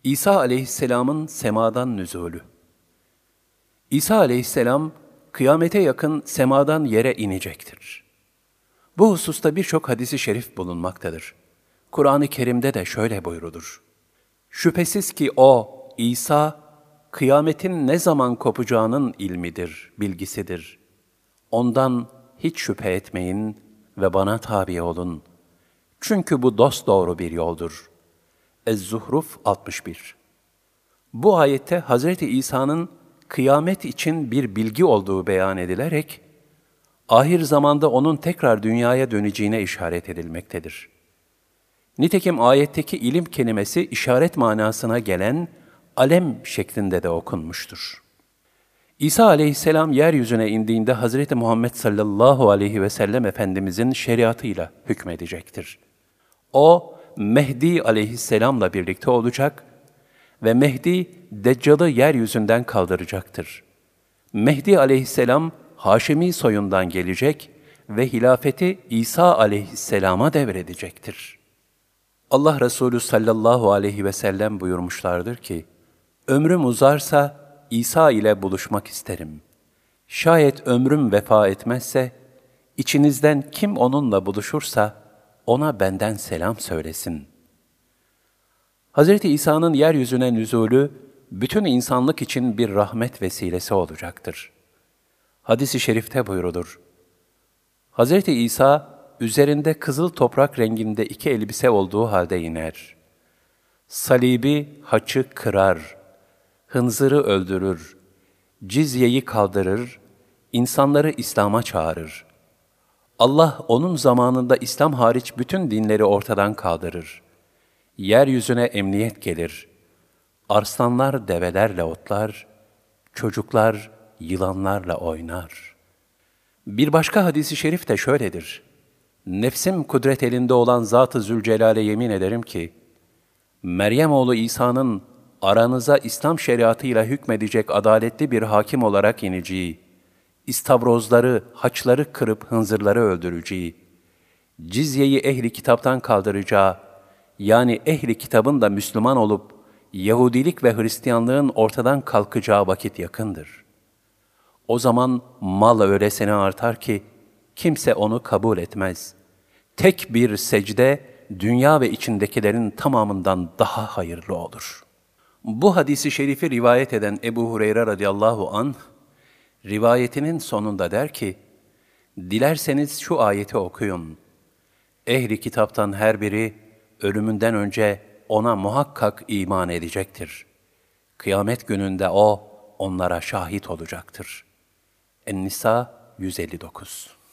İsa aleyhisselamın semadan nüzulü. İsa aleyhisselam kıyamete yakın semadan yere inecektir. Bu hususta birçok hadis-i şerif bulunmaktadır. Kur'an-ı Kerim'de de şöyle buyrulur. Şüphesiz ki o, İsa, kıyametin ne zaman kopacağının ilmidir, bilgisidir. Ondan hiç şüphe etmeyin ve bana tabi olun. Çünkü bu dosdoğru bir yoldur. Ez-Zuhruf 61. Bu ayette Hazreti İsa'nın kıyamet için bir bilgi olduğu beyan edilerek, ahir zamanda onun tekrar dünyaya döneceğine işaret edilmektedir. Nitekim ayetteki ilim kelimesi işaret manasına gelen alem şeklinde de okunmuştur. İsa aleyhisselam yeryüzüne indiğinde Hazreti Muhammed sallallahu aleyhi ve sellem Efendimizin şeriatıyla hükmedecektir. O, Mehdi aleyhisselamla birlikte olacak ve Mehdi, Deccal'ı yeryüzünden kaldıracaktır. Mehdi aleyhisselam, Haşimi soyundan gelecek ve hilafeti İsa aleyhisselama devredecektir. Allah Resulü sallallahu aleyhi ve sellem buyurmuşlardır ki, ömrüm uzarsa İsa ile buluşmak isterim. Şayet ömrüm vefa etmezse, içinizden kim onunla buluşursa, ona benden selam söylesin. Hz. İsa'nın yeryüzüne nüzulü, bütün insanlık için bir rahmet vesilesi olacaktır. Hadis-i şerifte buyrulur. Hz. İsa, üzerinde kızıl toprak renginde 2 elbise olduğu halde iner. Salibi, haçı kırar, hınzırı öldürür, cizyeyi kaldırır, insanları İslam'a çağırır. Allah onun zamanında İslam hariç bütün dinleri ortadan kaldırır. Yeryüzüne emniyet gelir. Arslanlar develerle otlar, çocuklar yılanlarla oynar. Bir başka hadis-i şerif de şöyledir. Nefsim kudret elinde olan Zat-ı Zülcelal'e yemin ederim ki, Meryem oğlu İsa'nın aranıza İslam şeriatıyla hükmedecek adaletli bir hakim olarak ineceği, istavrozları, haçları kırıp hınzırları öldüreceği, cizyeyi ehli kitaptan kaldıracağı, yani ehli kitabın da Müslüman olup, Yahudilik ve Hristiyanlığın ortadan kalkacağı vakit yakındır. O zaman mal öylesine artar ki, kimse onu kabul etmez. Tek bir secde, dünya ve içindekilerin tamamından daha hayırlı olur. Bu hadisi şerifi rivayet eden Ebu Hureyre radıyallahu anh, rivayetinin sonunda der ki, dilerseniz şu ayeti okuyun. Ehli kitaptan her biri, ölümünden önce ona muhakkak iman edecektir. Kıyamet gününde o, onlara şahit olacaktır. En-Nisa 159.